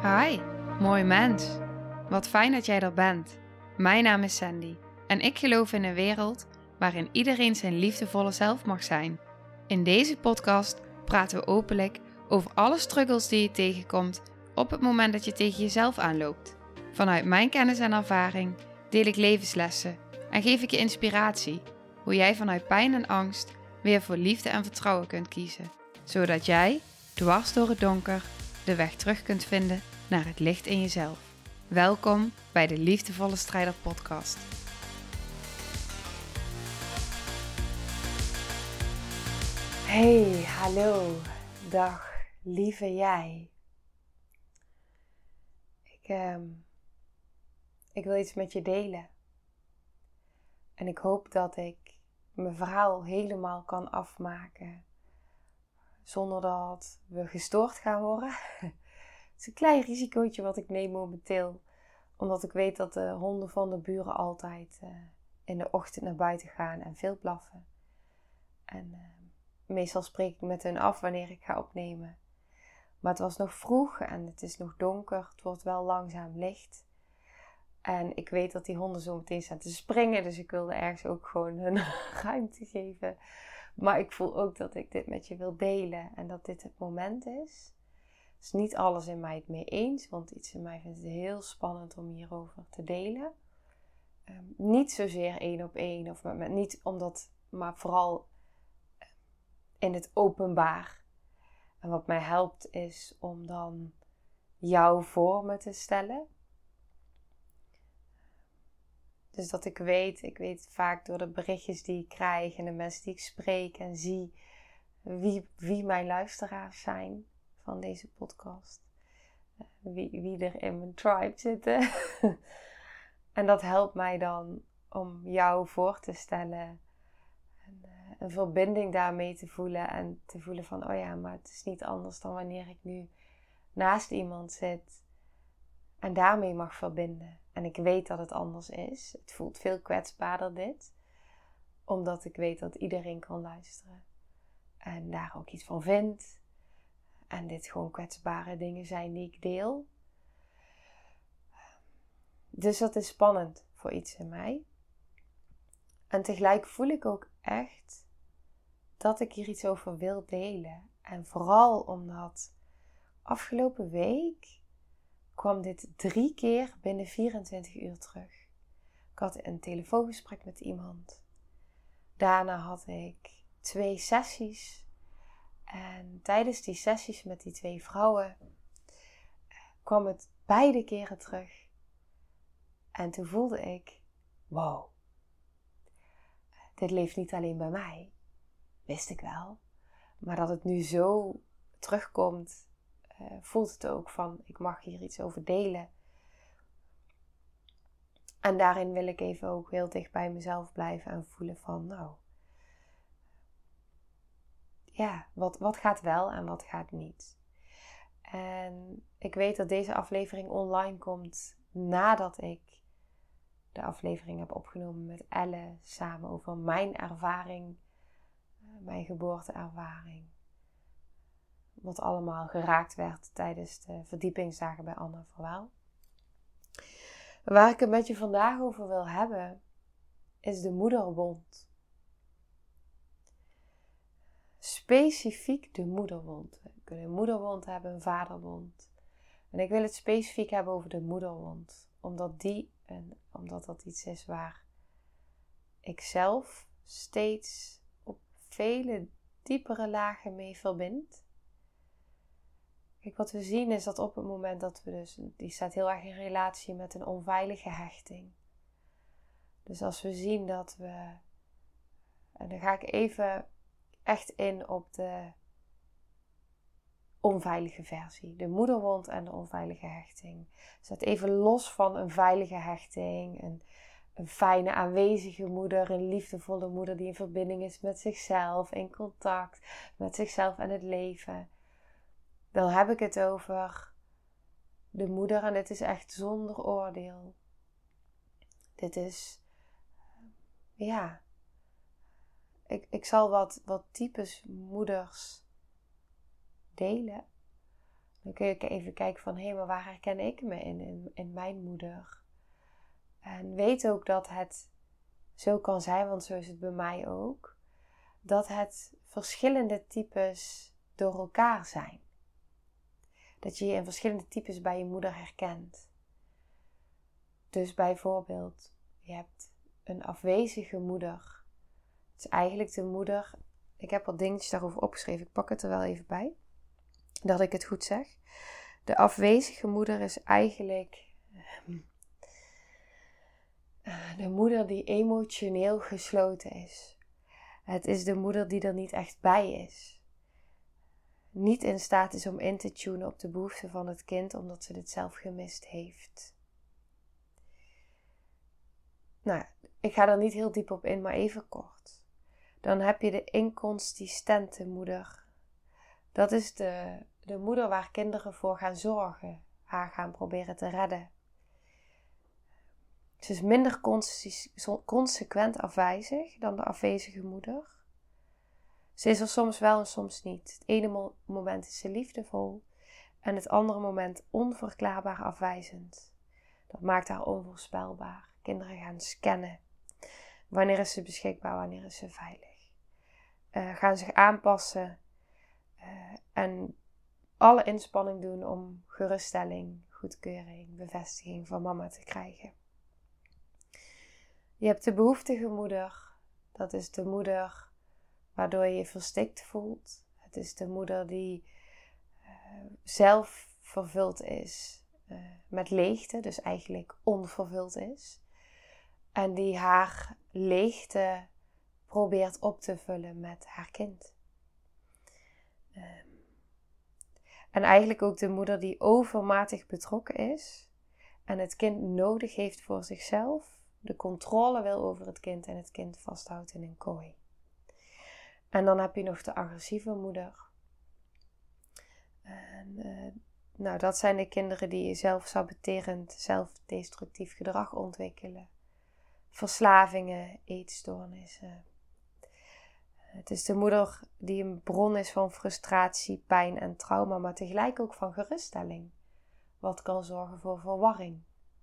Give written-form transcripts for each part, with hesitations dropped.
Hi, mooi mens. Wat fijn dat jij er bent. Mijn naam is Sandy en ik geloof in een wereld waarin iedereen zijn liefdevolle zelf mag zijn. In deze podcast praten we openlijk over alle struggles die je tegenkomt op het moment dat je tegen jezelf aanloopt. Vanuit mijn kennis en ervaring deel ik levenslessen en geef ik je inspiratie hoe jij vanuit pijn en angst weer voor liefde en vertrouwen kunt kiezen, zodat jij, dwars door het donker, de weg terug kunt vinden naar het licht in jezelf. Welkom bij de Liefdevolle Strijder podcast. Hey, hallo, dag, lieve jij. Ik wil iets met je delen. En ik hoop dat ik mijn verhaal helemaal kan afmaken zonder dat we gestoord gaan worden. Het is een klein risicootje wat ik neem momenteel. Omdat ik weet dat de honden van de buren altijd in de ochtend naar buiten gaan en veel blaffen. En meestal spreek ik met hen af wanneer ik ga opnemen. Maar het was nog vroeg en het is nog donker. Het wordt wel langzaam licht. En ik weet dat die honden zo meteen staan te springen. Dus ik wilde ergens ook gewoon hun ruimte geven. Maar ik voel ook dat ik dit met je wil delen. En dat dit het moment is. Is niet alles in mij het mee eens. Want iets in mij vindt het heel spannend om hierover te delen. Niet zozeer 1 op 1. Of niet omdat, maar vooral in het openbaar. En wat mij helpt is om dan jou voor me te stellen. Dus dat ik weet vaak door de berichtjes die ik krijg en de mensen die ik spreek en zie wie mijn luisteraars zijn van deze podcast. Wie er in mijn tribe zitten. En dat helpt mij dan om jou voor te stellen. En een verbinding daarmee te voelen. En te voelen van, oh ja, maar het is niet anders dan wanneer ik nu naast iemand zit. En daarmee mag verbinden. En ik weet dat het anders is. Het voelt veel kwetsbaarder dit. Omdat ik weet dat iedereen kan luisteren. En daar ook iets van vindt. En dit gewoon kwetsbare dingen zijn die ik deel. Dus dat is spannend voor iets in mij. En tegelijk voel ik ook echt dat ik hier iets over wil delen. En vooral omdat afgelopen week kwam dit 3 keer binnen 24 uur terug. Ik had een telefoongesprek met iemand. Daarna had ik 2 sessies. En tijdens die sessies met die 2 vrouwen kwam het beide keren terug. En toen voelde ik, wow, dit leeft niet alleen bij mij. Wist ik wel. Maar dat het nu zo terugkomt, voelt het ook van, ik mag hier iets over delen. En daarin wil ik even ook heel dicht bij mezelf blijven en voelen van, nou, ja, wat gaat wel en wat gaat niet. En ik weet dat deze aflevering online komt nadat ik de aflevering heb opgenomen met Elle samen over mijn ervaring, mijn geboorteervaring. Wat allemaal geraakt werd tijdens de verdiepingsdagen bij Anne Verwaal. Waar ik het met je vandaag over wil hebben, is de moederwond. Specifiek de moederwond. We kunnen een moederwond hebben, een vaderwond. En ik wil het specifiek hebben over de moederwond. Omdat dat iets is waar ik zelf steeds op vele diepere lagen mee verbind. Kijk, wat we zien is dat op het moment dat we die staat heel erg in relatie met een onveilige hechting. Dus als we zien dat we, en dan ga ik even echt in op de onveilige versie. De moederwond en de onveilige hechting. Staat even los van een veilige hechting, een fijne aanwezige moeder, een liefdevolle moeder die in verbinding is met zichzelf, in contact met zichzelf en het leven. Dan heb ik het over de moeder en dit is echt zonder oordeel. Dit is, ja, ik zal wat types moeders delen. Dan kun je even kijken van, hé, maar waar herken ik me in mijn moeder? En weet ook dat het zo kan zijn, want zo is het bij mij ook, dat het verschillende types door elkaar zijn. Dat je je in verschillende types bij je moeder herkent. Dus bijvoorbeeld, je hebt een afwezige moeder. Het is eigenlijk de moeder, ik heb wat dingetjes daarover opgeschreven, ik pak het er wel even bij, dat ik het goed zeg. De afwezige moeder is eigenlijk de moeder die emotioneel gesloten is. Het is de moeder die er niet echt bij is. Niet in staat is om in te tunen op de behoeften van het kind, omdat ze dit zelf gemist heeft. Nou, ik ga er niet heel diep op in, maar even kort. Dan heb je de inconsistente moeder. Dat is de moeder waar kinderen voor gaan zorgen, haar gaan proberen te redden. Ze is minder consequent afwijzig dan de afwezige moeder. Ze is er soms wel en soms niet. Het ene moment is ze liefdevol en het andere moment onverklaarbaar afwijzend. Dat maakt haar onvoorspelbaar. Kinderen gaan scannen. Wanneer is ze beschikbaar, wanneer is ze veilig? Gaan zich aanpassen en alle inspanning doen om geruststelling, goedkeuring, bevestiging van mama te krijgen. Je hebt de behoeftige moeder. Dat is de moeder waardoor je je verstikt voelt. Het is de moeder die zelf vervuld is met leegte, dus eigenlijk onvervuld is. En die haar leegte probeert op te vullen met haar kind. En eigenlijk ook de moeder die overmatig betrokken is en het kind nodig heeft voor zichzelf, de controle wil over het kind en het kind vasthoudt in een kooi. En dan heb je nog de agressieve moeder. En, dat zijn de kinderen die zelfsaboterend, zelfdestructief gedrag ontwikkelen. Verslavingen, eetstoornissen. Het is de moeder die een bron is van frustratie, pijn en trauma, maar tegelijk ook van geruststelling. Wat kan zorgen voor verwarring.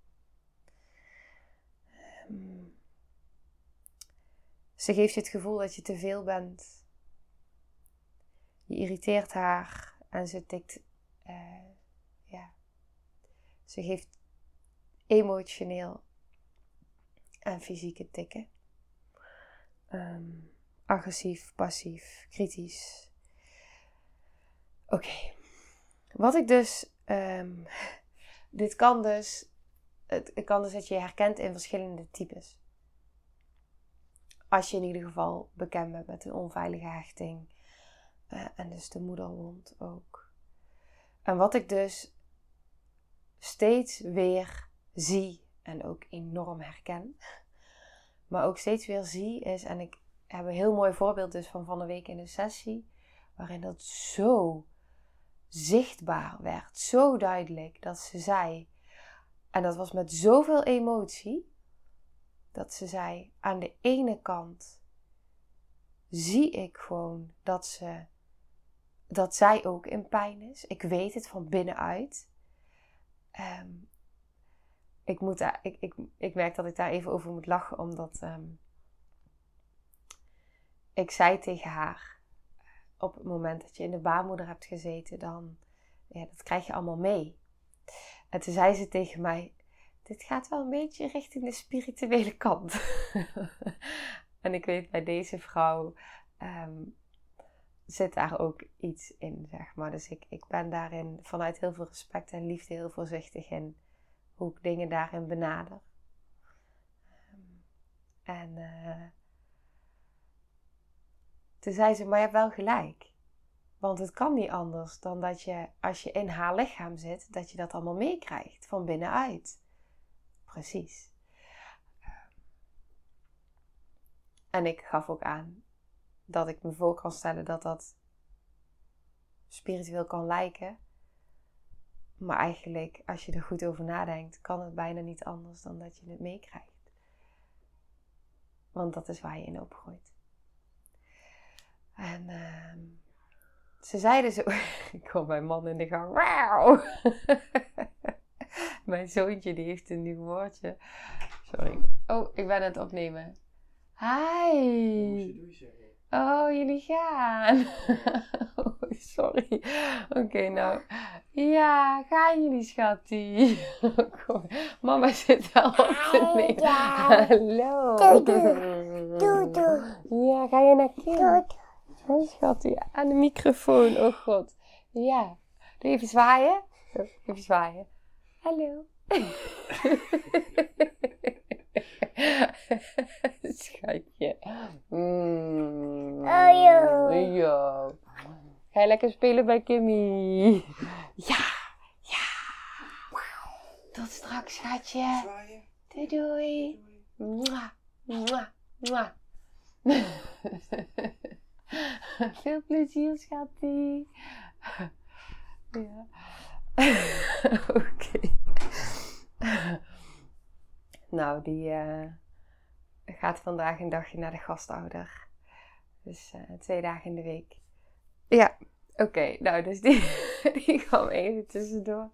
Ze geeft je het gevoel dat je te veel bent. Je irriteert haar en ze tikt. Ze geeft emotioneel en fysieke tikken. Agressief, passief, kritisch. Oké. Wat ik dus... dit kan dus... Het kan dus dat je herkent in verschillende types. Als je in ieder geval bekend bent met een onveilige hechting. En dus de moederwond ook. En wat ik dus steeds weer zie en ook enorm herken. Maar ook steeds weer zie is, en ik heb een heel mooi voorbeeld dus van de week in een sessie. Waarin dat zo zichtbaar werd. Zo duidelijk dat ze zei. En dat was met zoveel emotie. Dat ze zei, aan de ene kant zie ik gewoon dat zij ook in pijn is. Ik weet het van binnenuit. Ik merk dat ik daar even over moet lachen, omdat ik zei tegen haar, op het moment dat je in de baarmoeder hebt gezeten, dan, dat krijg je allemaal mee. En toen zei ze tegen mij, dit gaat wel een beetje richting de spirituele kant. En ik weet, bij deze vrouw zit daar ook iets in, zeg maar. Dus ik ben daarin vanuit heel veel respect en liefde heel voorzichtig in hoe ik dingen daarin benader. Toen zei ze, maar je hebt wel gelijk. Want het kan niet anders dan dat je, als je in haar lichaam zit, dat je dat allemaal meekrijgt, van binnenuit. Precies. En ik gaf ook aan dat ik me voor kan stellen dat dat spiritueel kan lijken. Maar eigenlijk, als je er goed over nadenkt, kan het bijna niet anders dan dat je het meekrijgt. Want dat is waar je in opgroeit. En ze zeiden zo... Ik hoor mijn man in de gang. Wauw! Mijn zoontje die heeft een nieuw woordje. Sorry. Oh, ik ben aan het opnemen. Hi! Oh, jullie gaan. Oh, sorry. Oké, nou. Ja, gaan jullie, schattie? Kom. Mama zit wel op te nemen. Hallo. Ja, ga je naar Kim? Oh, schattie. Aan de microfoon. Oh, god. Ja. Doe even zwaaien. Even zwaaien. Hallo. Schatje. Ja. Ga je lekker spelen bij Kimmy? Ja. Ja. Tot straks, schatje. Doei doei. Mwah. Mwah. Mwah. Veel plezier, schattie. Ja. Oké. Nou, die gaat vandaag een dagje naar de gastouder. Dus 2 dagen in de week. Ja, oké. Nou, dus die kwam even tussendoor.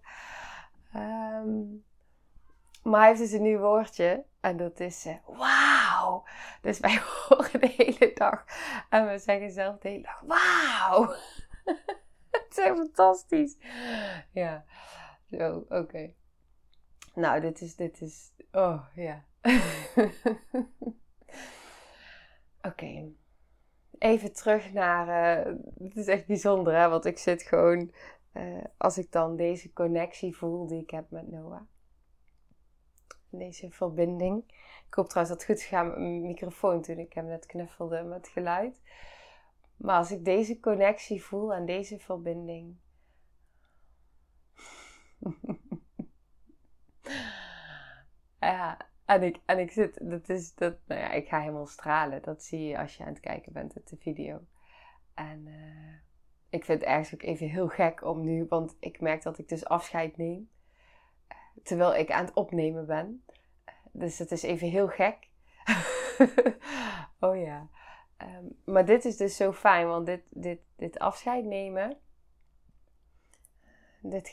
Maar hij heeft dus een nieuw woordje. En dat is wauw. Dus wij horen de hele dag. En we zeggen zelf de hele dag wauw. Het is echt fantastisch. Ja. Zo, oké. Nou, dit is... Oh, ja. Oké. Even terug naar... het is echt bijzonder, hè. Want ik zit gewoon... als ik dan deze connectie voel die ik heb met Noah. Deze verbinding. Ik hoop trouwens dat het goed is gegaan met mijn microfoon toen ik hem net knuffelde met geluid. Maar als ik deze connectie voel en deze verbinding... Ja, en ik zit, nou ja, ik ga helemaal stralen. Dat zie je als je aan het kijken bent op de video. En ik vind het ergens ook even heel gek om nu, want ik merk dat ik dus afscheid neem. Terwijl ik aan het opnemen ben. Dus het is even heel gek. Oh ja. Maar dit is dus zo fijn, want dit afscheid nemen, dit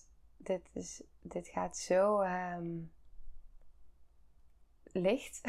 gaat zo licht.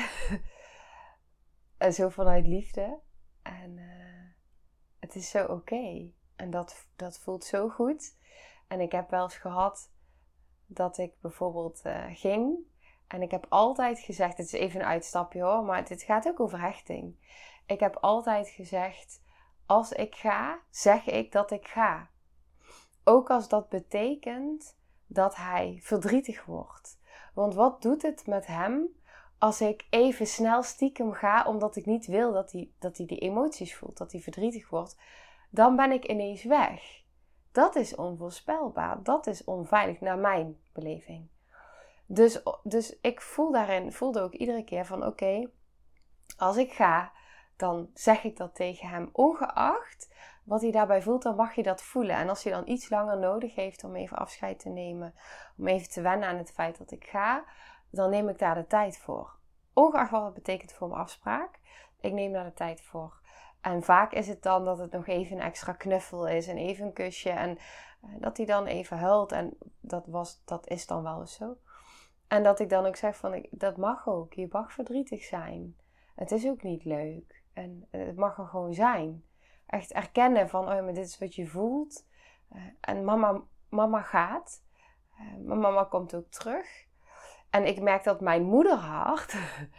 En zo vanuit liefde. En het is zo oké. En dat voelt zo goed. En ik heb wel eens gehad dat ik bijvoorbeeld ging. En ik heb altijd gezegd, het is even een uitstapje hoor, maar dit gaat ook over hechting. Ik heb altijd gezegd, als ik ga, zeg ik dat ik ga. Ook als dat betekent dat hij verdrietig wordt. Want wat doet het met hem als ik even snel stiekem ga, omdat ik niet wil dat hij die emoties voelt, dat hij verdrietig wordt. Dan ben ik ineens weg. Dat is onvoorspelbaar. Dat is onveilig naar mijn beleving. Dus ik voelde ook iedere keer van oké, als ik ga, dan zeg ik dat tegen hem. Ongeacht wat hij daarbij voelt, dan mag je dat voelen. En als hij dan iets langer nodig heeft om even afscheid te nemen, om even te wennen aan het feit dat ik ga, dan neem ik daar de tijd voor. Ongeacht wat het betekent voor mijn afspraak, ik neem daar de tijd voor. En vaak is het dan dat het nog even een extra knuffel is en even een kusje en dat hij dan even huilt. En dat is dan wel eens zo. En dat ik dan ook zeg van, dat mag ook. Je mag verdrietig zijn. Het is ook niet leuk. En het mag er gewoon zijn. Echt erkennen van, oh ja, maar dit is wat je voelt. En mama gaat. Maar mama komt ook terug. En ik merk dat mijn moederhart,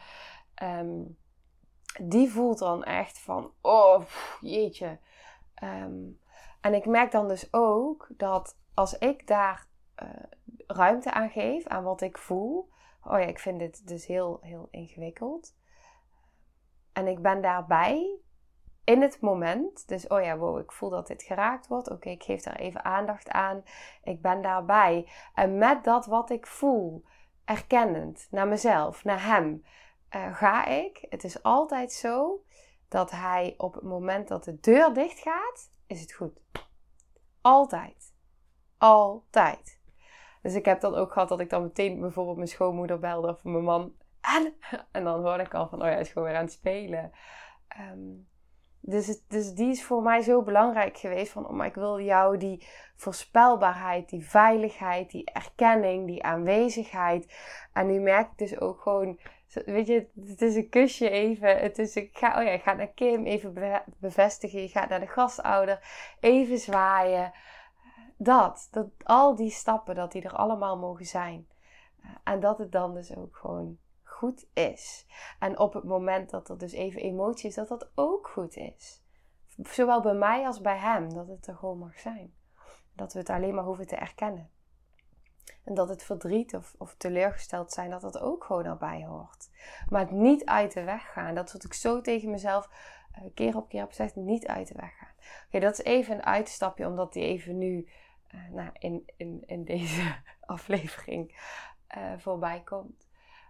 die voelt dan echt van, oh jeetje. En ik merk dan dus ook dat als ik daar ruimte aan geef, aan wat ik voel. Oh ja, ik vind dit dus heel, heel ingewikkeld. En ik ben daarbij in het moment. Dus oh ja, wow, ik voel dat dit geraakt wordt. Oké, ik geef daar even aandacht aan. Ik ben daarbij. En met dat wat ik voel, erkennend naar mezelf, naar hem, ga ik. Het is altijd zo dat hij op het moment dat de deur dicht gaat, is het goed. Altijd. Altijd. Dus ik heb dan ook gehad dat ik dan meteen bijvoorbeeld mijn schoonmoeder belde of mijn man. En dan hoorde ik al van, oh ja, hij is gewoon weer aan het spelen. Dus die is voor mij zo belangrijk geweest. Van, maar ik wil jou die voorspelbaarheid, die veiligheid, die erkenning, die aanwezigheid. En nu merk ik dus ook gewoon, weet je, het is een kusje even. Ik ga naar Kim, even bevestigen. Je gaat naar de gastouder, even zwaaien. Dat al die stappen, dat die er allemaal mogen zijn. En dat het dan dus ook gewoon goed is. En op het moment dat er dus even emotie is, dat dat ook goed is. Zowel bij mij als bij hem, dat het er gewoon mag zijn. Dat we het alleen maar hoeven te erkennen. En dat het verdriet of teleurgesteld zijn, dat dat ook gewoon erbij hoort. Maar het niet uit de weg gaan. Dat is wat ik zo tegen mezelf keer op keer heb gezegd, niet uit de weg gaan. Oké, dat is even een uitstapje, omdat die even nu in deze aflevering voorbij komt.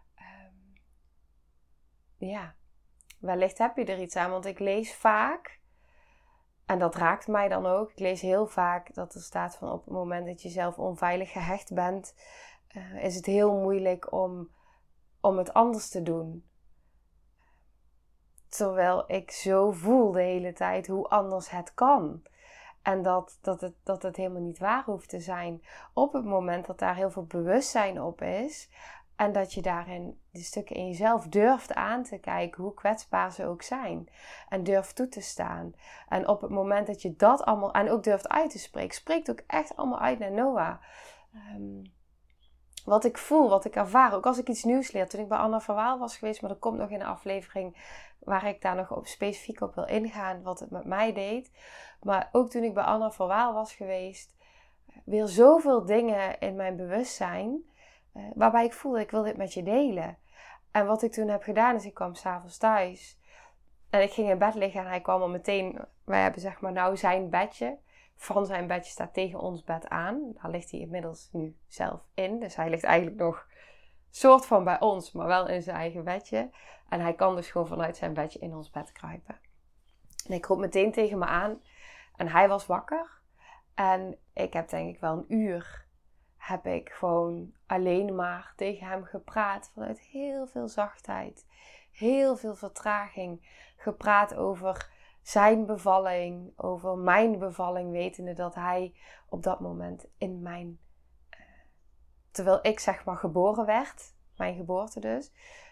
Ja, wellicht heb je er iets aan, want ik lees vaak, en dat raakt mij dan ook, ik lees heel vaak dat er staat van op het moment dat je zelf onveilig gehecht bent, is het heel moeilijk om het anders te doen. Terwijl ik zo voel de hele tijd hoe anders het kan. En dat het helemaal niet waar hoeft te zijn. Op het moment dat daar heel veel bewustzijn op is. En dat je daarin de stukken in jezelf durft aan te kijken. Hoe kwetsbaar ze ook zijn. En durft toe te staan. En op het moment dat je dat allemaal. En ook durft uit te spreken. Spreekt ook echt allemaal uit naar Noah. Wat ik voel, wat ik ervaar. Ook als ik iets nieuws leer. Toen ik bij Anna van Waal was geweest. Maar dat komt nog in een aflevering waar ik daar nog specifiek op wil ingaan. Wat het met mij deed. Maar ook toen ik bij Anna van Waal was geweest. Weer zoveel dingen in mijn bewustzijn. Waarbij ik voelde, ik wil dit met je delen. En wat ik toen heb gedaan is, ik kwam 's avonds thuis. En ik ging in bed liggen en hij kwam al meteen. Wij hebben zeg maar nou zijn bedje. Van zijn bedje staat tegen ons bed aan. Daar ligt hij inmiddels nu zelf in. Dus hij ligt eigenlijk nog soort van bij ons, maar wel in zijn eigen bedje. En hij kan dus gewoon vanuit zijn bedje in ons bed kruipen. En ik roep meteen tegen me aan. En hij was wakker. En ik heb denk ik wel een uur heb ik gewoon alleen maar tegen hem gepraat. Vanuit heel veel zachtheid. Heel veel vertraging. Gepraat over zijn bevalling. Over mijn bevalling. Wetende dat hij op dat moment in mijn... terwijl ik zeg maar geboren werd. Mijn geboorte dus.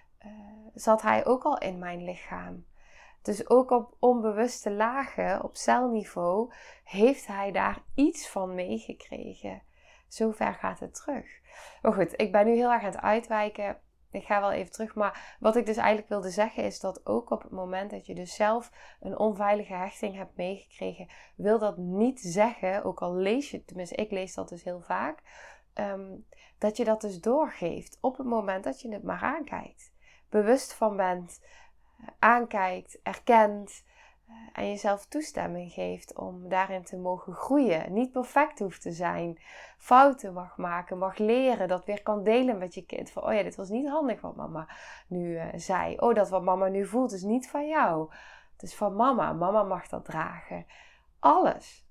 Zat hij ook al in mijn lichaam. Dus ook op onbewuste lagen, op celniveau, heeft hij daar iets van meegekregen. Zover gaat het terug. Maar goed, ik ben nu heel erg aan het uitwijken. Ik ga wel even terug. Maar wat ik dus eigenlijk wilde zeggen is dat ook op het moment dat je dus zelf een onveilige hechting hebt meegekregen, wil dat niet zeggen, ook al lees je, tenminste ik lees dat dus heel vaak, dat je dat dus doorgeeft op het moment dat je het maar aankijkt. Bewust van bent, aankijkt, erkent en jezelf toestemming geeft om daarin te mogen groeien. Niet perfect hoeft te zijn, fouten mag maken, mag leren, dat weer kan delen met je kind. Van, oh ja, dit was niet handig wat mama nu zei. Oh, dat wat mama nu voelt is niet van jou. Het is van mama. Mama mag dat dragen. Alles.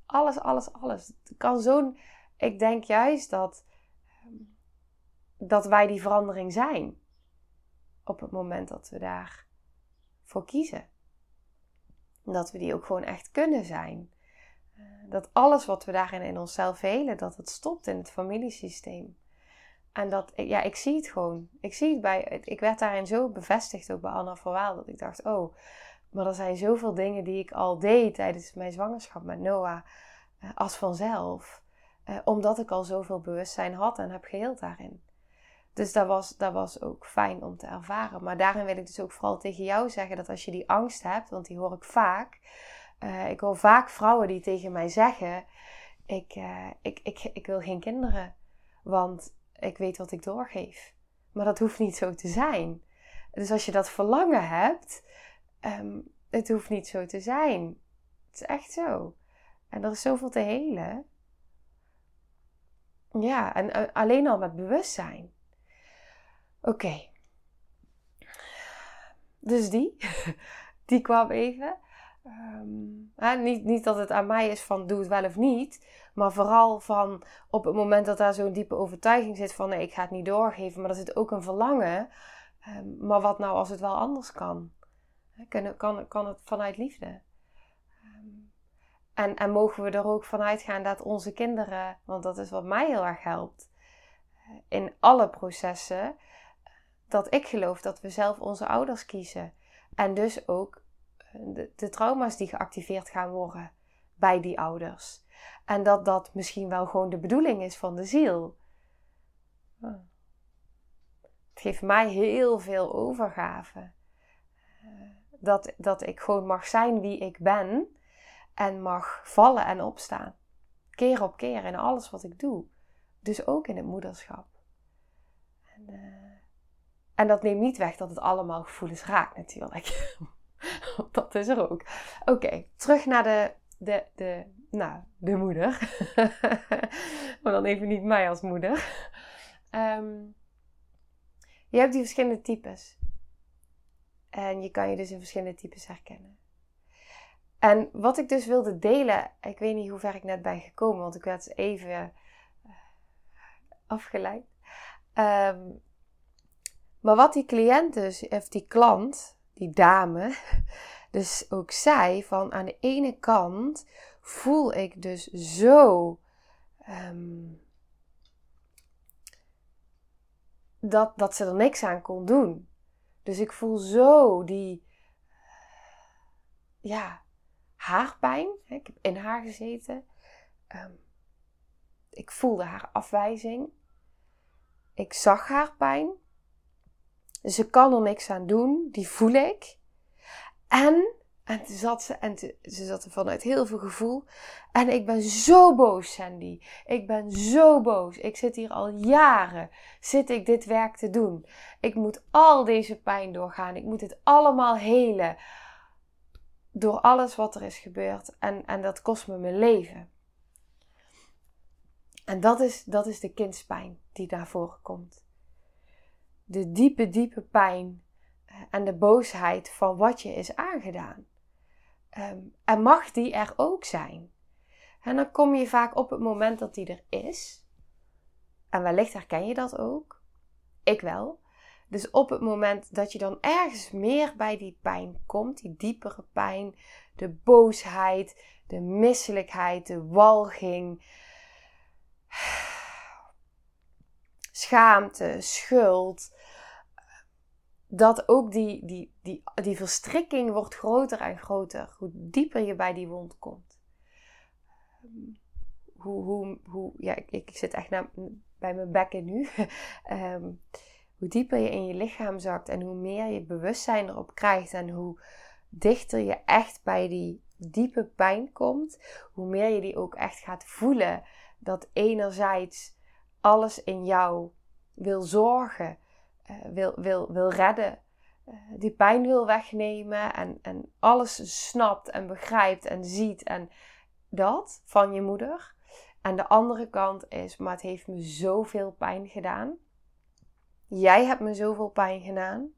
Het kan zo'n... Ik denk juist dat wij die verandering zijn. Op het moment dat we daar voor kiezen. Dat we die ook gewoon echt kunnen zijn. Dat alles wat we daarin in onszelf helen, dat het stopt in het familiesysteem. En dat, ja, ik zie het gewoon. Ik werd daarin zo bevestigd ook bij Anna van Waal. Dat ik dacht, oh, maar er zijn zoveel dingen die ik al deed tijdens mijn zwangerschap met Noah. Als vanzelf. Omdat ik al zoveel bewustzijn had en heb geheeld daarin. Dus dat was ook fijn om te ervaren. Maar daarin wil ik dus ook vooral tegen jou zeggen dat als je die angst hebt, want die hoor ik vaak. Ik hoor vaak vrouwen die tegen mij zeggen, ik wil geen kinderen, want ik weet wat ik doorgeef. Maar dat hoeft niet zo te zijn. Dus als je dat verlangen hebt, het hoeft niet zo te zijn. Het is echt zo. En er is zoveel te helen. Ja, en alleen al met bewustzijn. Oké. Dus die kwam even. Niet dat het aan mij is van doe het wel of niet. Maar vooral van op het moment dat daar zo'n diepe overtuiging zit van nee, ik ga het niet doorgeven. Maar er zit ook een verlangen. Maar wat nou als het wel anders kan? Kan het vanuit liefde? En mogen we er ook van uitgaan dat onze kinderen, want dat is wat mij heel erg helpt, in alle processen, dat ik geloof dat we zelf onze ouders kiezen. En dus ook de trauma's die geactiveerd gaan worden bij die ouders. En dat dat misschien wel gewoon de bedoeling is van de ziel. Het geeft mij heel veel overgave. Dat ik gewoon mag zijn wie ik ben. En mag vallen en opstaan. Keer op keer in alles wat ik doe. Dus ook in het moederschap. En dat neemt niet weg dat het allemaal gevoelens raakt natuurlijk. Dat is er ook. Oké, terug naar de moeder. Maar dan even niet mij als moeder. Je hebt die verschillende types. En je kan je dus in verschillende types herkennen. En wat ik dus wilde delen, ik weet niet hoe ver ik net ben gekomen, want ik werd even afgeleid. Maar wat die cliënt dus, of die klant, die dame, dus ook zei van aan de ene kant voel ik dus zo dat ze er niks aan kon doen. Dus ik voel zo die haarpijn. Ik heb in haar gezeten. Ik voelde haar afwijzing. Ik zag haar pijn. Ze kan er niks aan doen. Die voel ik. En ze zat er vanuit heel veel gevoel. En ik ben zo boos, Sandy. Ik ben zo boos. Ik zit hier al jaren. Zit ik dit werk te doen. Ik moet al deze pijn doorgaan. Ik moet het allemaal helen. Door alles wat er is gebeurd. En dat kost me mijn leven. En dat is de kindspijn die daarvoor komt. De diepe, diepe pijn. En de boosheid van wat je is aangedaan. En mag die er ook zijn. En dan kom je vaak op het moment dat die er is. En wellicht herken je dat ook. Ik wel. Dus op het moment dat je dan ergens meer bij die pijn komt. Die diepere pijn. De boosheid. De misselijkheid. De walging. Schaamte. Schuld. Dat ook die verstrikking wordt groter en groter. Hoe dieper je bij die wond komt. Ik zit echt bij mijn bekken nu. Hoe dieper je in je lichaam zakt. En hoe meer je bewustzijn erop krijgt. En hoe dichter je echt bij die diepe pijn komt. Hoe meer je die ook echt gaat voelen. Dat enerzijds alles in jou wil zorgen. Wil redden, die pijn wil wegnemen en alles snapt en begrijpt en ziet en dat van je moeder. En de andere kant is, maar het heeft me zoveel pijn gedaan. Jij hebt me zoveel pijn gedaan.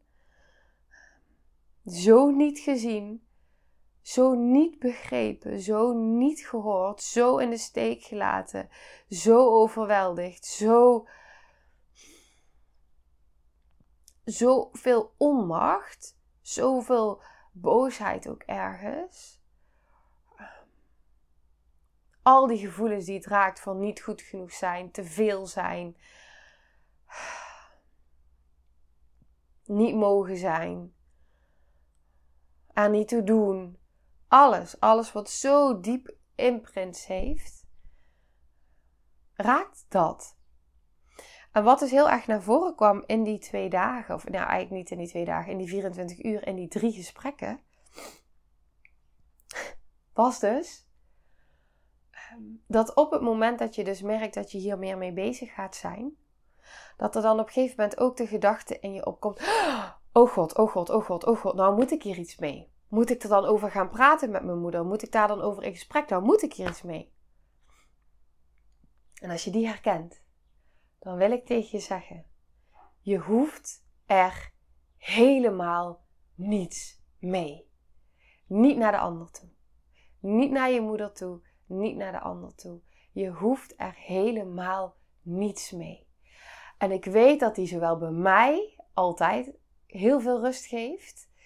Zo niet gezien, zo niet begrepen, zo niet gehoord, zo in de steek gelaten, zo overweldigd, zoveel onmacht, zoveel boosheid ook ergens. Al die gevoelens die het raakt van niet goed genoeg zijn, te veel zijn, niet mogen zijn, er niet toe doen. Alles wat zo diep imprints heeft, raakt dat. En wat dus heel erg naar voren kwam in die 2 dagen, of nou eigenlijk niet in die 2 dagen, in die 24 uur, in die 3 gesprekken, was dus dat op het moment dat je dus merkt dat je hier meer mee bezig gaat zijn, dat er dan op een gegeven moment ook de gedachte in je opkomt, oh god, nou moet ik hier iets mee. Moet ik er dan over gaan praten met mijn moeder? Moet ik daar dan over in gesprek? Nou moet ik hier iets mee. En als je die herkent, dan wil ik tegen je zeggen, je hoeft er helemaal niets mee. Niet naar de ander toe. Niet naar je moeder toe. Niet naar de ander toe. Je hoeft er helemaal niets mee. En ik weet dat die zowel bij mij altijd heel veel rust geeft.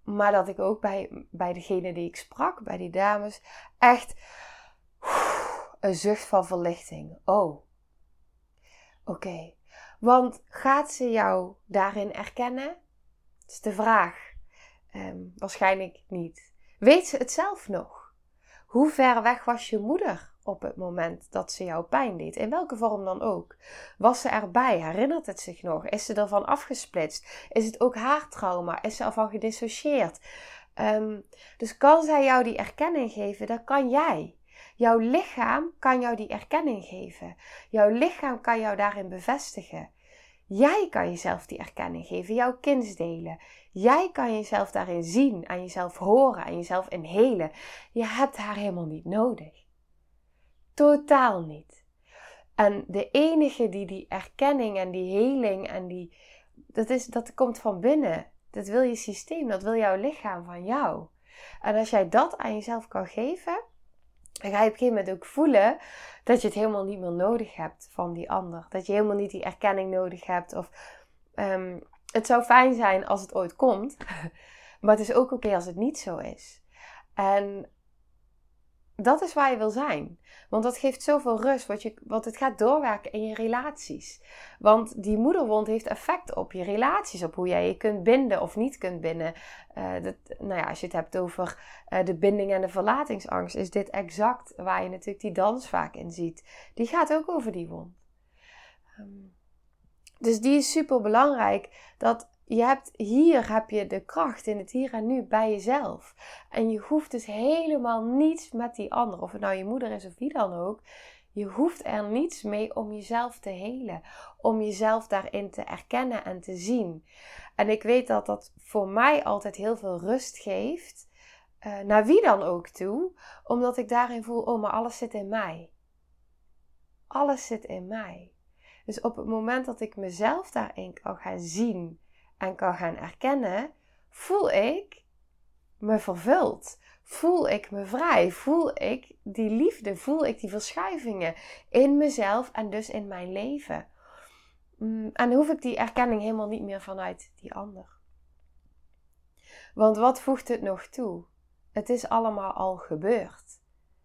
Maar dat ik ook bij degene die ik sprak, bij die dames, echt een zucht van verlichting. Oh, oké. Want gaat ze jou daarin erkennen? Dat is de vraag. Waarschijnlijk niet. Weet ze het zelf nog? Hoe ver weg was je moeder op het moment dat ze jou pijn deed? In welke vorm dan ook. Was ze erbij? Herinnert het zich nog? Is ze ervan afgesplitst? Is het ook haar trauma? Is ze ervan gedissocieerd? Dus kan zij jou die erkenning geven? Dat kan jij. Jouw lichaam kan jou die erkenning geven. Jouw lichaam kan jou daarin bevestigen. Jij kan jezelf die erkenning geven, jouw kindsdelen. Jij kan jezelf daarin zien, aan jezelf horen, aan jezelf inhelen. Je hebt haar helemaal niet nodig. Totaal niet. En de enige die erkenning en die heling en dat komt van binnen. Dat wil je systeem, dat wil jouw lichaam van jou. En als jij dat aan jezelf kan geven, dan ga je op een gegeven moment ook voelen dat je het helemaal niet meer nodig hebt van die ander. Dat je helemaal niet die erkenning nodig hebt. Of het zou fijn zijn als het ooit komt. Maar het is ook oké als het niet zo is. En dat is waar je wil zijn. Want dat geeft zoveel rust. Want het gaat doorwerken in je relaties. Want die moederwond heeft effect op je relaties. Op hoe jij je kunt binden of niet kunt binden. Als je het hebt over de binding en de verlatingsangst. Is dit exact waar je natuurlijk die dans vaak in ziet. Die gaat ook over die wond. Dus die is super belangrijk. Dat hier heb je de kracht in het hier en nu bij jezelf. En je hoeft dus helemaal niets met die ander. Of het nou je moeder is of wie dan ook. Je hoeft er niets mee om jezelf te helen. Om jezelf daarin te erkennen en te zien. En ik weet dat dat voor mij altijd heel veel rust geeft. Naar wie dan ook toe. Omdat ik daarin voel, oh maar alles zit in mij. Alles zit in mij. Dus op het moment dat ik mezelf daarin kan gaan zien en kan gaan erkennen, voel ik me vervuld. Voel ik me vrij. Voel ik die liefde. Voel ik die verschuivingen in mezelf en dus in mijn leven. En hoef ik die erkenning helemaal niet meer vanuit die ander. Want wat voegt het nog toe? Het is allemaal al gebeurd.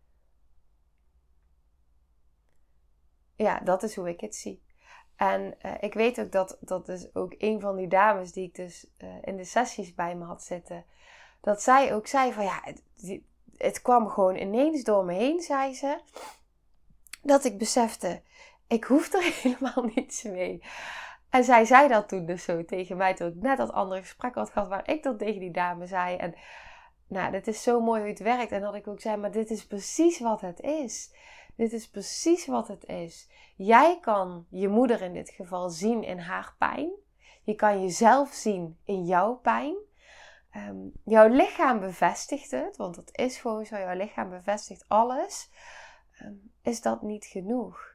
Ja, dat is hoe ik het zie. En ik weet ook dat is ook een van die dames die ik dus in de sessies bij me had zitten. Dat zij ook zei van ja, het kwam gewoon ineens door me heen, zei ze. Dat ik besefte, ik hoef er helemaal niets mee. En zij zei dat toen dus zo tegen mij, toen ik net dat andere gesprek had gehad waar ik dat tegen die dame zei. En nou, dit is zo mooi hoe het werkt. En dat ik ook zei, maar dit is precies wat het is. Dit is precies wat het is. Jij kan je moeder in dit geval zien in haar pijn. Je kan jezelf zien in jouw pijn. Jouw lichaam bevestigt het, want het is gewoon zo. Jouw lichaam bevestigt alles. Is dat niet genoeg?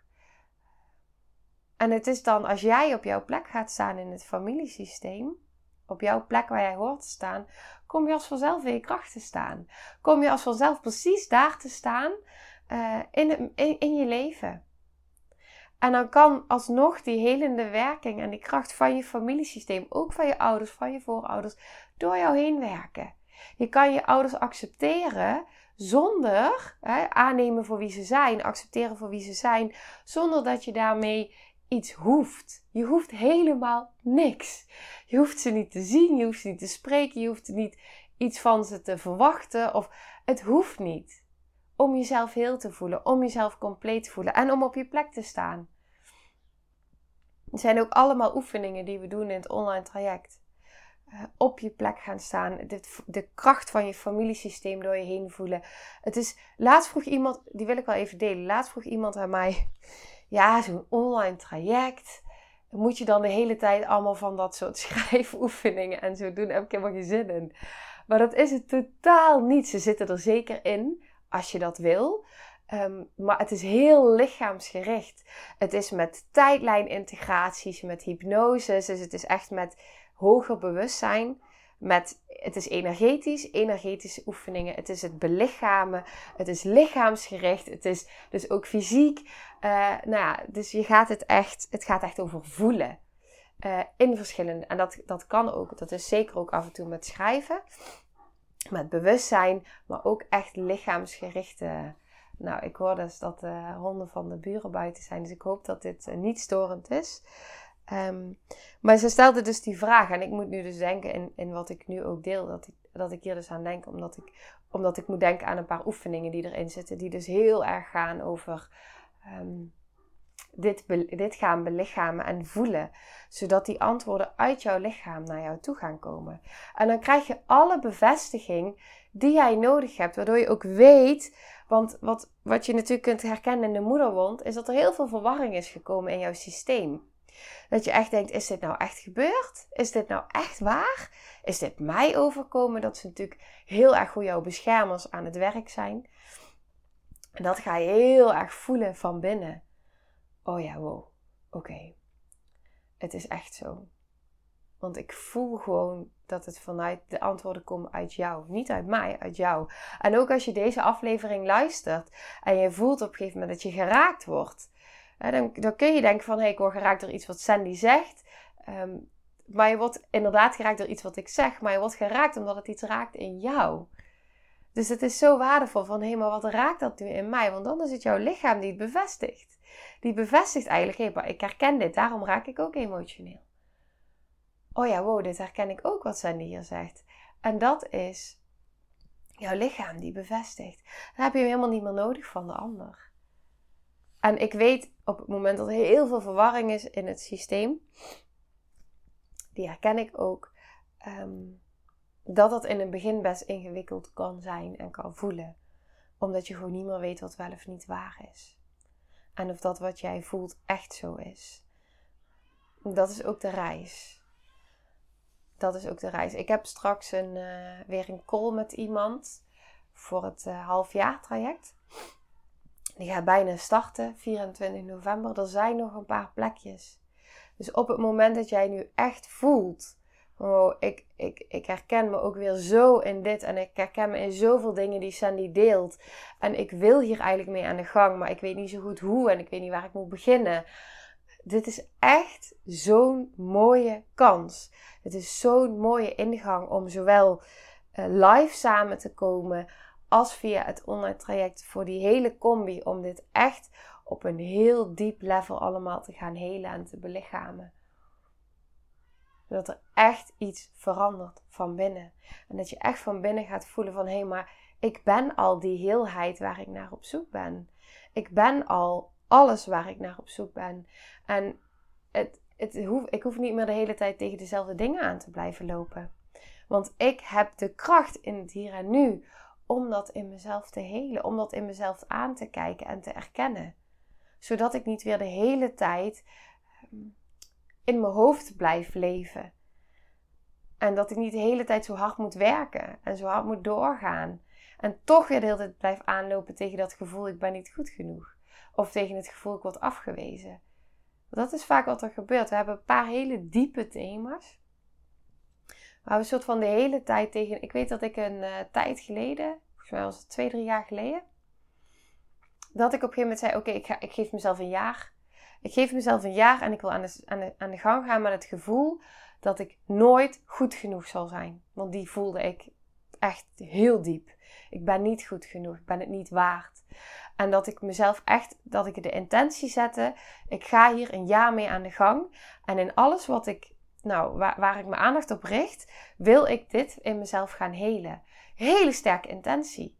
En het is dan als jij op jouw plek gaat staan in het familiesysteem, op jouw plek waar jij hoort te staan, kom je als vanzelf in je kracht te staan. Kom je als vanzelf precies daar te staan in je leven. En dan kan alsnog die helende werking en die kracht van je familiesysteem, ook van je ouders, van je voorouders, door jou heen werken. Je kan je ouders accepteren zonder aannemen voor wie ze zijn, accepteren voor wie ze zijn, zonder dat je daarmee iets hoeft. Je hoeft helemaal niks. Je hoeft ze niet te zien, je hoeft ze niet te spreken, je hoeft niet iets van ze te verwachten. Of het hoeft niet om jezelf heel te voelen, om jezelf compleet te voelen en om op je plek te staan. Er zijn ook allemaal oefeningen die we doen in het online traject. Op je plek gaan staan. De kracht van je familiesysteem door je heen voelen. Laatst vroeg iemand, die wil ik wel even delen. Laatst vroeg iemand aan mij, ja, zo'n online traject. Moet je dan de hele tijd allemaal van dat soort schrijfoefeningen en zo doen? Daar heb ik helemaal geen zin in. Maar dat is het totaal niet. Ze zitten er zeker in, als je dat wil. Maar het is heel lichaamsgericht. Het is met tijdlijnintegraties, met hypnoses. Dus het is echt met hoger bewustzijn. Het is energetische oefeningen. Het is het belichamen. Het is lichaamsgericht. Het is dus ook fysiek. Dus het gaat echt over voelen. in verschillende, en dat kan ook, dat is zeker ook af en toe met schrijven, met bewustzijn, maar ook echt lichaamsgerichte. Nou, ik hoor dus dat de honden van de buren buiten zijn, dus ik hoop dat dit niet storend is. Maar ze stelde dus die vraag en ik moet nu dus denken in wat ik nu ook deel, dat ik hier dus aan denk, omdat ik moet denken aan een paar oefeningen die erin zitten, die dus heel erg gaan over dit gaan belichamen en voelen, zodat die antwoorden uit jouw lichaam naar jou toe gaan komen. En dan krijg je alle bevestiging die jij nodig hebt, waardoor je ook weet, want wat je natuurlijk kunt herkennen in de moederwond, is dat er heel veel verwarring is gekomen in jouw systeem. Dat je echt denkt, is dit nou echt gebeurd? Is dit nou echt waar? Is dit mij overkomen? Dat is natuurlijk heel erg hoe jouw beschermers aan het werk zijn. En dat ga je heel erg voelen van binnen. Oh ja, wow. Oké. Het is echt zo. Want ik voel gewoon dat het vanuit de antwoorden komen uit jou. Niet uit mij, uit jou. En ook als je deze aflevering luistert en je voelt op een gegeven moment dat je geraakt wordt. Dan kun je denken van, ik word geraakt door iets wat Sandy zegt. Maar je wordt inderdaad geraakt door iets wat ik zeg. Maar je wordt geraakt omdat het iets raakt in jou. Dus het is zo waardevol van, maar wat raakt dat nu in mij? Want dan is het jouw lichaam die het bevestigt. Die bevestigt eigenlijk, maar ik herken dit, daarom raak ik ook emotioneel. Oh ja, wow, dit herken ik ook wat Sandy hier zegt. En dat is jouw lichaam die bevestigt. Dan heb je hem helemaal niet meer nodig van de ander. En ik weet op het moment dat er heel veel verwarring is in het systeem, die herken ik ook, dat in het begin best ingewikkeld kan zijn en kan voelen. Omdat je gewoon niet meer weet wat wel of niet waar is. En of dat wat jij voelt echt zo is. Dat is ook de reis. Dat is ook de reis. Ik heb straks weer een call met iemand voor het halfjaartraject. Die gaat bijna starten, 24 november. Er zijn nog een paar plekjes. Dus op het moment dat jij nu echt voelt, oh, ik herken me ook weer zo in dit. En ik herken me in zoveel dingen die Sandy deelt. En ik wil hier eigenlijk mee aan de gang. Maar ik weet niet zo goed hoe en ik weet niet waar ik moet beginnen. Dit is echt zo'n mooie kans. Het is zo'n mooie ingang om zowel live samen te komen als via het online traject voor die hele combi. Om dit echt op een heel diep level allemaal te gaan helen en te belichamen. Zodat er echt iets verandert van binnen. En dat je echt van binnen gaat voelen van, maar ik ben al die heelheid waar ik naar op zoek ben. Ik ben al alles waar ik naar op zoek ben. En ik hoef niet meer de hele tijd tegen dezelfde dingen aan te blijven lopen. Want ik heb de kracht in het hier en nu om dat in mezelf te helen. Om dat in mezelf aan te kijken en te erkennen. Zodat ik niet weer de hele tijd in mijn hoofd blijf leven. En dat ik niet de hele tijd zo hard moet werken. En zo hard moet doorgaan. En toch weer de hele tijd blijf aanlopen tegen dat gevoel, ik ben niet goed genoeg. Of tegen het gevoel, ik word afgewezen. Dat is vaak wat er gebeurt. We hebben een paar hele diepe thema's. Waar we een soort van de hele tijd tegen... Ik weet dat ik een tijd geleden, volgens mij was het 2-3 jaar geleden, dat ik op een gegeven moment zei, oké, ik geef mezelf een jaar. Ik geef mezelf een jaar en ik wil aan de gang gaan met het gevoel dat ik nooit goed genoeg zal zijn. Want die voelde ik echt heel diep. Ik ben niet goed genoeg. Ik ben het niet waard. En dat ik mezelf echt, dat ik de intentie zette. Ik ga hier een jaar mee aan de gang. En in alles wat ik, waar ik mijn aandacht op richt, wil ik dit in mezelf gaan helen. Hele sterke intentie.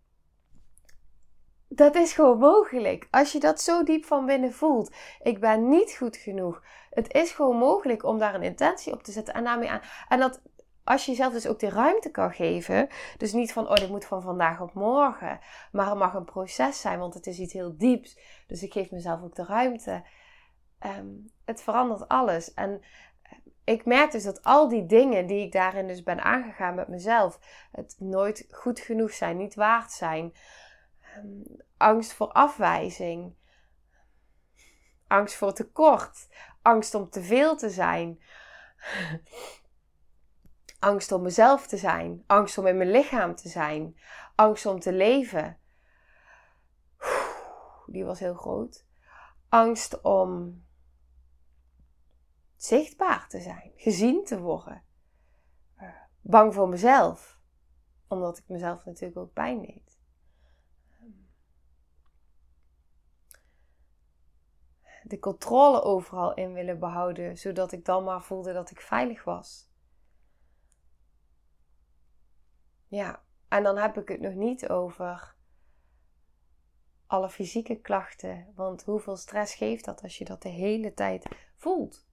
Dat is gewoon mogelijk. Als je dat zo diep van binnen voelt. Ik ben niet goed genoeg. Het is gewoon mogelijk om daar een intentie op te zetten en daarmee aan. En dat als je jezelf dus ook de ruimte kan geven. Dus niet van, dit moet van vandaag op morgen. Maar het mag een proces zijn, want het is iets heel dieps. Dus ik geef mezelf ook de ruimte. Het verandert alles. En ik merk dus dat al die dingen die ik daarin dus ben aangegaan met mezelf. Het nooit goed genoeg zijn, niet waard zijn. Angst voor afwijzing. Angst voor tekort. Angst om te veel te zijn. Angst om mezelf te zijn. Angst om in mijn lichaam te zijn. Angst om te leven. Die was heel groot. Angst om zichtbaar te zijn, gezien te worden. Bang voor mezelf, omdat ik mezelf natuurlijk ook pijn deed. De controle overal in willen behouden, zodat ik dan maar voelde dat ik veilig was. Ja, en dan heb ik het nog niet over alle fysieke klachten. Want hoeveel stress geeft dat als je dat de hele tijd voelt?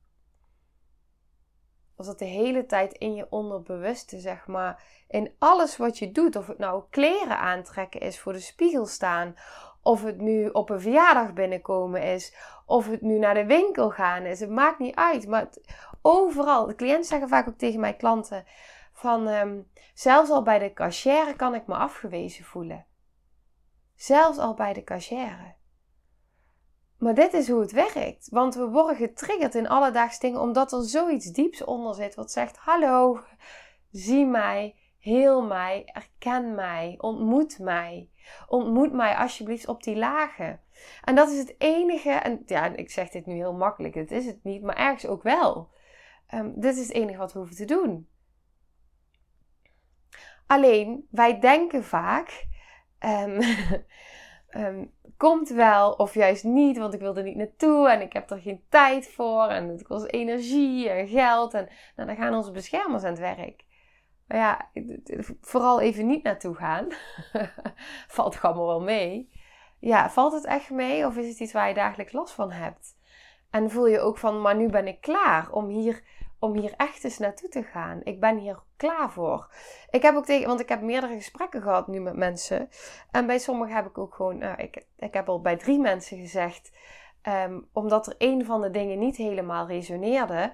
Als dat de hele tijd in je onderbewuste, zeg maar, in alles wat je doet, of het nou kleren aantrekken is, voor de spiegel staan, of het nu op een verjaardag binnenkomen is, of het nu naar de winkel gaan is, het maakt niet uit. Maar overal, de cliënten zeggen vaak ook tegen mijn klanten, van zelfs al bij de cashier kan ik me afgewezen voelen. Zelfs al bij de cashier. Maar dit is hoe het werkt. Want we worden getriggerd in alledaagse dingen omdat er zoiets dieps onder zit wat zegt: hallo, zie mij, heel mij, erken mij, ontmoet mij. Ontmoet mij alsjeblieft op die lagen. En dat is het enige, en ja, ik zeg dit nu heel makkelijk, het is het niet, maar ergens ook wel. Dit is het enige wat we hoeven te doen. Alleen, wij denken vaak, komt wel of juist niet, want ik wil er niet naartoe en ik heb er geen tijd voor en het kost energie en geld en dan gaan onze beschermers aan het werk. Maar ja, vooral even niet naartoe gaan. Valt toch allemaal wel mee? Ja, valt het echt mee of is het iets waar je dagelijks last van hebt? En voel je ook van, maar nu ben ik klaar om hier echt eens naartoe te gaan. Ik ben hier klaar voor. Ik heb ook want ik heb meerdere gesprekken gehad nu met mensen. En bij sommigen heb ik ook gewoon, ik heb al bij 3 mensen gezegd, omdat er een van de dingen niet helemaal resoneerde.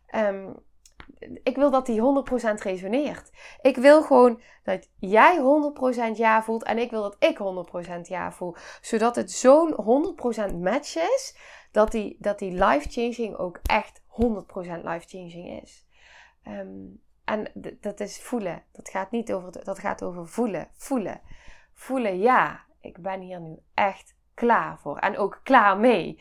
Ik wil dat die 100% resoneert. Ik wil gewoon dat jij 100% ja voelt en ik wil dat ik 100% ja voel. Zodat het zo'n 100% match is, dat die life-changing ook echt 100% life-changing is. En dat is voelen. Dat gaat over voelen. Voelen, ja, ik ben hier nu echt klaar voor. En ook klaar mee.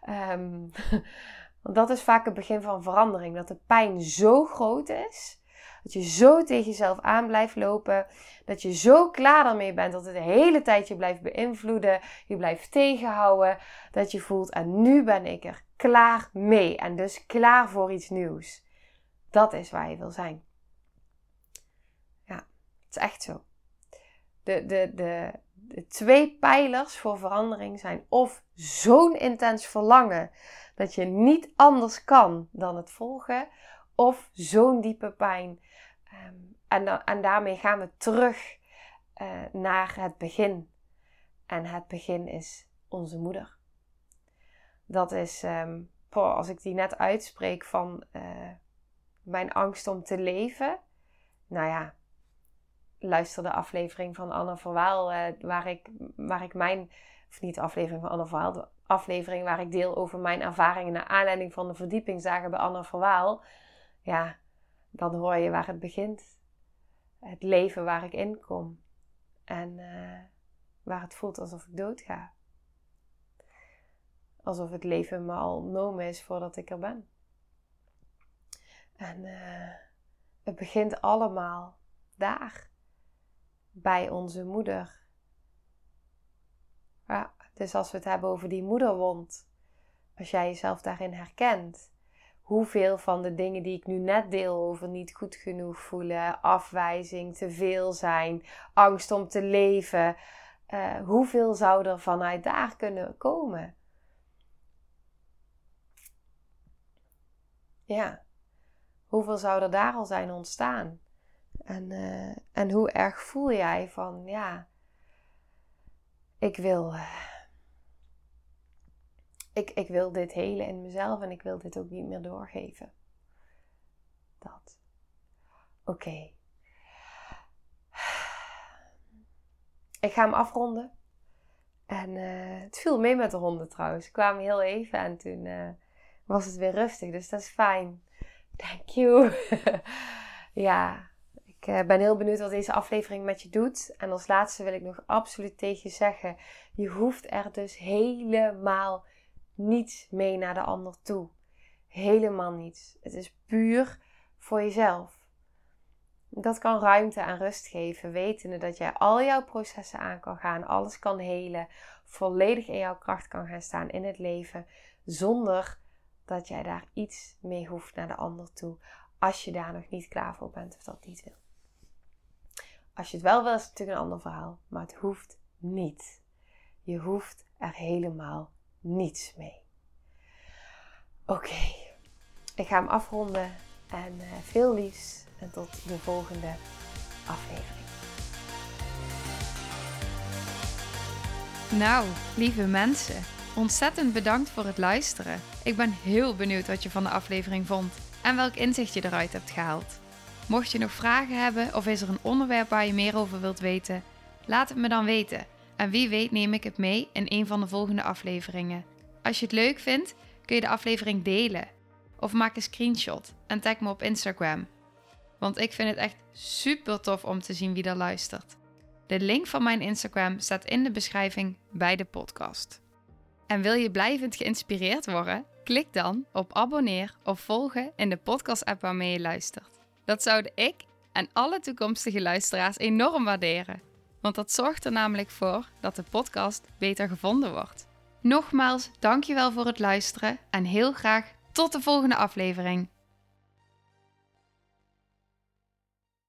Want dat is vaak het begin van verandering. Dat de pijn zo groot is. Dat je zo tegen jezelf aan blijft lopen. Dat je zo klaar ermee bent dat het de hele tijd je blijft beïnvloeden. Je blijft tegenhouden. Dat je voelt, en nu ben ik er klaar mee. En dus klaar voor iets nieuws. Dat is waar je wil zijn. Ja, het is echt zo. De 2 pijlers voor verandering zijn of zo'n intens verlangen dat je niet anders kan dan het volgen, of zo'n diepe pijn. En daarmee gaan we terug naar het begin. En het begin is onze moeder. Dat is, als ik die net uitspreek van mijn angst om te leven. Nou ja, luister de aflevering van Anne Verwaal, waar ik mijn, of niet de aflevering van Anne Verwaal, de aflevering waar ik deel over mijn ervaringen naar aanleiding van de verdiepingsdagen bij Anne Verwaal. Ja, dan hoor je waar het begint. Het leven waar ik in kom. En waar het voelt alsof ik doodga. Alsof het leven me al nomen is voordat ik er ben. En het begint allemaal daar. Bij onze moeder. Ja, dus als we het hebben over die moederwond. Als jij jezelf daarin herkent. Hoeveel van de dingen die ik nu net deel over niet goed genoeg voelen, afwijzing, te veel zijn, angst om te leven. Hoeveel zou er vanuit daar kunnen komen? Ja, hoeveel zou er daar al zijn ontstaan? En hoe erg voel jij van, ja, ik wil dit helen in mezelf en ik wil dit ook niet meer doorgeven. Dat. Oké. Ik ga hem afronden. En het viel mee met de honden trouwens. Ze kwamen heel even en toen was het weer rustig. Dus dat is fijn. Thank you. Ja, ik ben heel benieuwd wat deze aflevering met je doet. En als laatste wil ik nog absoluut tegen je zeggen. Je hoeft er dus helemaal niets mee naar de ander toe. helemaal niets. Het is puur voor jezelf. Dat kan ruimte en rust geven, wetende dat jij al jouw processen aan kan gaan, alles kan helen, volledig in jouw kracht kan gaan staan in het leven, zonder dat jij daar iets mee hoeft naar de ander toe, als je daar nog niet klaar voor bent of dat niet wil. Als je het wel wil, is het natuurlijk een ander verhaal, maar het hoeft niet. Je hoeft er helemaal niets mee. Oké, ik ga hem afronden en veel liefs en tot de volgende aflevering. Nou, lieve mensen, ontzettend bedankt voor het luisteren. Ik ben heel benieuwd wat je van de aflevering vond en welk inzicht je eruit hebt gehaald. Mocht je nog vragen hebben of is er een onderwerp waar je meer over wilt weten, laat het me dan weten. En wie weet neem ik het mee in een van de volgende afleveringen. Als je het leuk vindt, kun je de aflevering delen. Of maak een screenshot en tag me op Instagram. Want ik vind het echt super tof om te zien wie er luistert. De link van mijn Instagram staat in de beschrijving bij de podcast. En wil je blijvend geïnspireerd worden? Klik dan op abonneer of volgen in de podcast-app waarmee je luistert. Dat zouden ik en alle toekomstige luisteraars enorm waarderen. Want dat zorgt er namelijk voor dat de podcast beter gevonden wordt. Nogmaals, dankjewel voor het luisteren en heel graag tot de volgende aflevering.